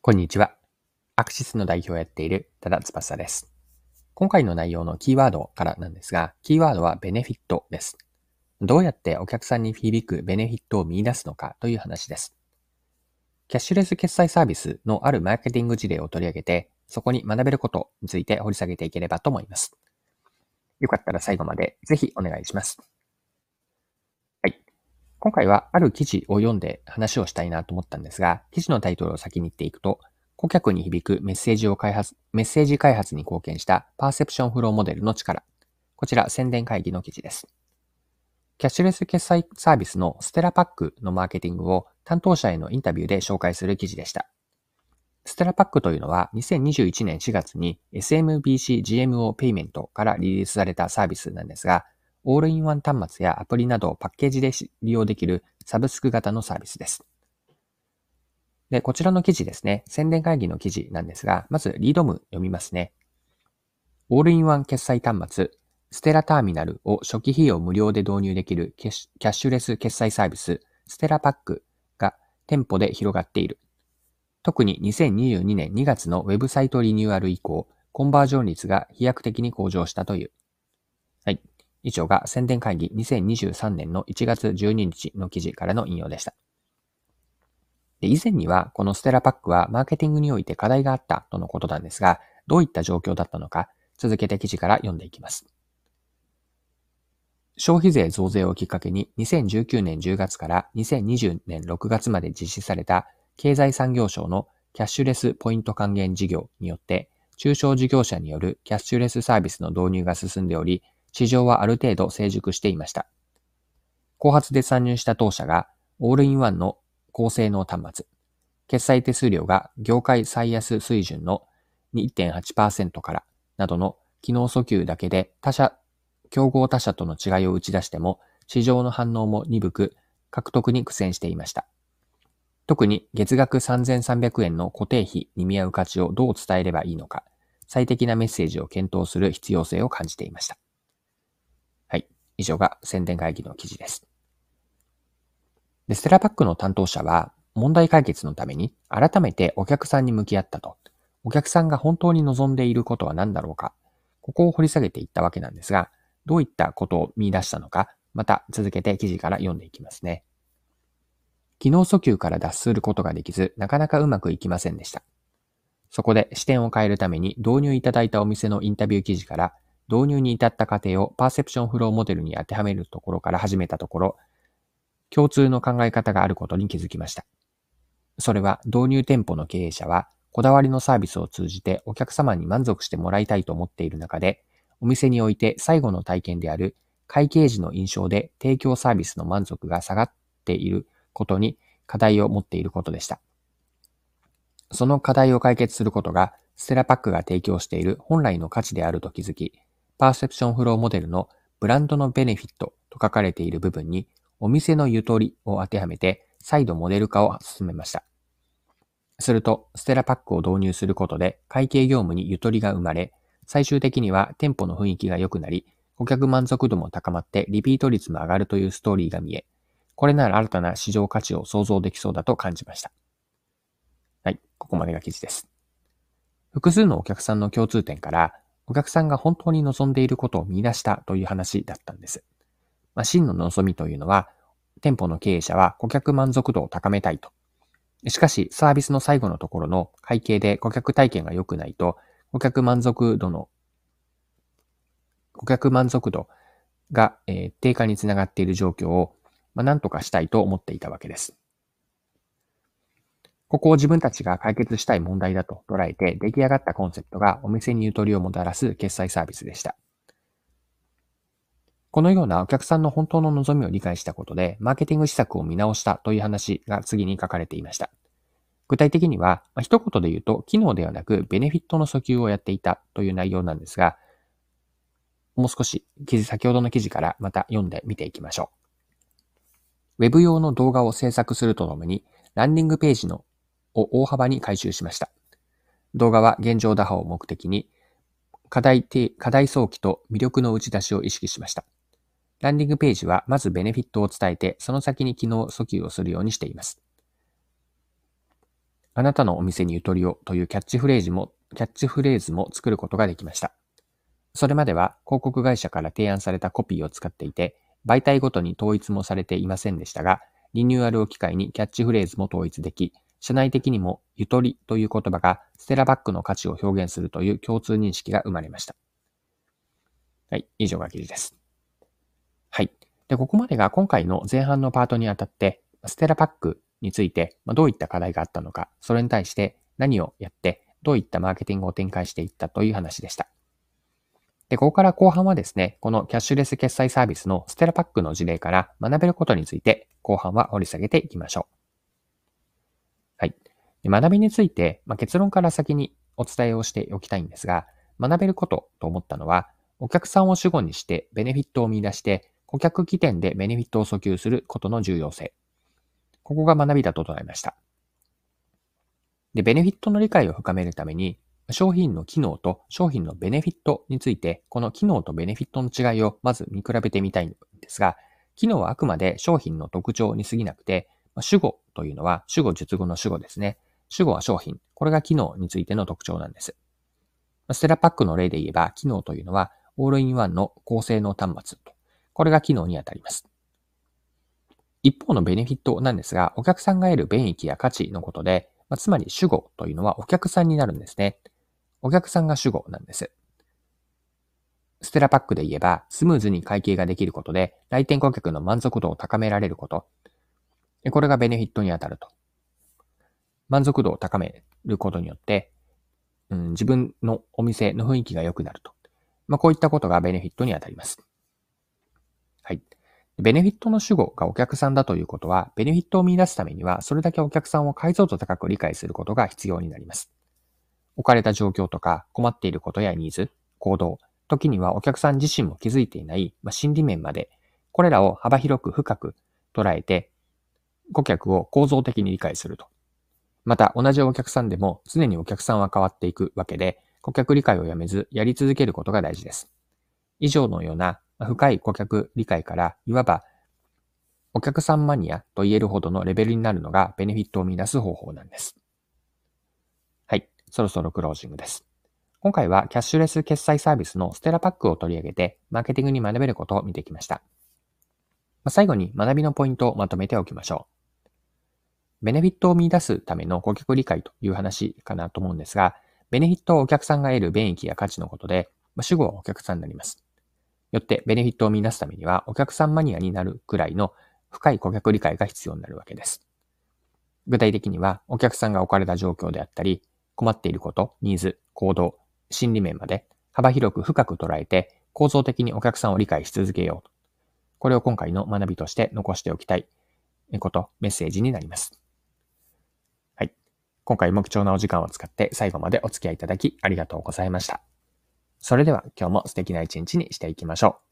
こんにちは。アクシスの代表をやっている多田翼です。今回の内容のキーワードからなんですが、キーワードはベネフィットです。どうやってお客さんに響くベネフィットを見出すのかという話です。キャッシュレス決済サービスのあるマーケティング事例を取り上げて、そこに学べることについて掘り下げていければと思います。よかったら最後までぜひお願いします。はい。今回はある記事を読んで話をしたいなと思ったんですが、記事のタイトルを先に言っていくと、顧客に響くメッセージ開発に貢献したパーセプションフローモデルの力。こちら宣伝会議の記事です。キャッシュレス決済サービスのステラパックのマーケティングを担当者へのインタビューで紹介する記事でした。ステラパックというのは2021年4月に SMBC GMO ペイメントからリリースされたサービスなんですが、オールインワン端末やアプリなどをパッケージで利用できるサブスク型のサービスです。で、こちらの記事ですね、宣伝会議の記事なんですが、まずリード文読みますね。オールインワン決済端末、ステラターミナルを初期費用無料で導入できるキャッシュレス決済サービス、ステラパックが店舗で広がっている。特に2022年2月のウェブサイトリニューアル以降、コンバージョン率が飛躍的に向上したという。はい。以上が宣伝会議2023年の1月12日の記事からの引用でした。で、以前にはこのステラパックはマーケティングにおいて課題があったとのことなんですが、どういった状況だったのか、続けて記事から読んでいきます。消費税増税をきっかけに2019年10月から2020年6月まで実施された経済産業省のキャッシュレスポイント還元事業によって中小事業者によるキャッシュレスサービスの導入が進んでおり、市場はある程度成熟していました。後発で参入した当社がオールインワンの高性能端末、決済手数料が業界最安水準の 2.8% からなどの機能訴求だけで競合他社との違いを打ち出しても、市場の反応も鈍く、獲得に苦戦していました。特に月額3300円の固定費に見合う価値をどう伝えればいいのか、最適なメッセージを検討する必要性を感じていました。はい。以上が宣伝会議の記事です。で、ステラパックの担当者は、問題解決のために改めてお客さんに向き合ったと。お客さんが本当に望んでいることは何だろうか。ここを掘り下げていったわけなんですが、どういったことを見出したのか、また続けて記事から読んでいきますね。機能訴求から脱することができず、なかなかうまくいきませんでした。そこで視点を変えるために導入いただいたお店のインタビュー記事から、導入に至った過程をパーセプションフローモデルに当てはめるところから始めたところ、共通の考え方があることに気づきました。それは導入店舗の経営者は、こだわりのサービスを通じてお客様に満足してもらいたいと思っている中で、お店において最後の体験である会計時の印象で提供サービスの満足が下がっていることに課題を持っていることでした。その課題を解決することがステラパックが提供している本来の価値であると気づき、パーセプションフローモデルのブランドのベネフィットと書かれている部分にお店のゆとりを当てはめて再度モデル化を進めました。すると、ステラパックを導入することで会計業務にゆとりが生まれ、最終的には店舗の雰囲気が良くなり、顧客満足度も高まってリピート率も上がるというストーリーが見え、これなら新たな市場価値を想像できそうだと感じました。はい、ここまでが記事です。複数のお客さんの共通点から、お客さんが本当に望んでいることを見出したという話だったんです。真の望みというのは、店舗の経営者は顧客満足度を高めたいと。しかし、サービスの最後のところの会計で顧客体験が良くないと、顧客満足度が、低下につながっている状況を、何とかしたいと思っていたわけです。ここを自分たちが解決したい問題だと捉えて出来上がったコンセプトがお店にゆとりをもたらす決済サービスでした。このようなお客さんの本当の望みを理解したことで、マーケティング施策を見直したという話が次に書かれていました。具体的には、一言で言うと、機能ではなくベネフィットの訴求をやっていたという内容なんですが、もう少し先ほどの記事からまた読んでみていきましょう。ウェブ用の動画を制作するとともに、ランディングページを大幅に改修しました。動画は現状打破を目的に、課題早期と魅力の打ち出しを意識しました。ランディングページはまずベネフィットを伝えて、その先に機能訴求をするようにしています。 あなたのお店にゆとりをというキャッチフレーズも作ることができました。それまでは広告会社から提案されたコピーを使っていて、媒体ごとに統一もされていませんでしたが、リニューアルを機会にキャッチフレーズも統一でき、社内的にもゆとりという言葉がステラバッグの価値を表現するという共通認識が生まれました。はい、以上が記事です。はい。で、ここまでが今回の前半のパートにあたって、ステラパックについてどういった課題があったのか、それに対して何をやって、どういったマーケティングを展開していったという話でした。で、ここから後半はですね、このキャッシュレス決済サービスのステラパックの事例から学べることについて、後半は掘り下げていきましょう。はい。で、学びについて、結論から先にお伝えをしておきたいんですが、学べることと思ったのは、お客さんを主語にしてベネフィットを見出して、顧客起点でベネフィットを訴求することの重要性。ここが学びだと捉えました。で、ベネフィットの理解を深めるために、商品の機能と商品のベネフィットについて、この機能とベネフィットの違いをまず見比べてみたいんですが、機能はあくまで商品の特徴に過ぎなくて、主語というのは主語述語の主語ですね。主語は商品。これが機能についての特徴なんです。ステラパックの例で言えば、機能というのはオールインワンの高性能端末と。これが機能にあたります。一方のベネフィットなんですが、お客さんが得る便益や価値のことで、つまり主語というのはお客さんになるんですね。お客さんが主語なんです。ステラパックで言えば、スムーズに会計ができることで、来店顧客の満足度を高められること。これがベネフィットにあたると。満足度を高めることによって、自分のお店の雰囲気が良くなると。こういったことがベネフィットにあたります。はい。ベネフィットの主語がお客さんだということは、ベネフィットを見出すためには、それだけお客さんを解像度高く理解することが必要になります。置かれた状況とか、困っていることやニーズ、行動、時にはお客さん自身も気づいていない、心理面まで、これらを幅広く深く捉えて、顧客を構造的に理解すると。また、同じお客さんでも常にお客さんは変わっていくわけで、顧客理解をやめず、やり続けることが大事です。以上のような深い顧客理解から、いわばお客さんマニアと言えるほどのレベルになるのがベネフィットを見出す方法なんです。はい、そろそろクロージングです。今回はキャッシュレス決済サービスのステラパックを取り上げて、マーケティングに学べることを見てきました。最後に学びのポイントをまとめておきましょう。ベネフィットを見出すための顧客理解という話かなと思うんですが、ベネフィットはお客さんが得る便益や価値のことで、主語はお客さんになります。よってベネフィットを見出すためにはお客さんマニアになるくらいの深い顧客理解が必要になるわけです。具体的にはお客さんが置かれた状況であったり、困っていること、ニーズ、行動、心理面まで幅広く深く捉えて構造的にお客さんを理解し続けようと。これを今回の学びとして残しておきたいこと、メッセージになります。はい。今回も貴重なお時間を使って最後までお付き合いいただきありがとうございました。それでは今日も素敵な一日にしていきましょう。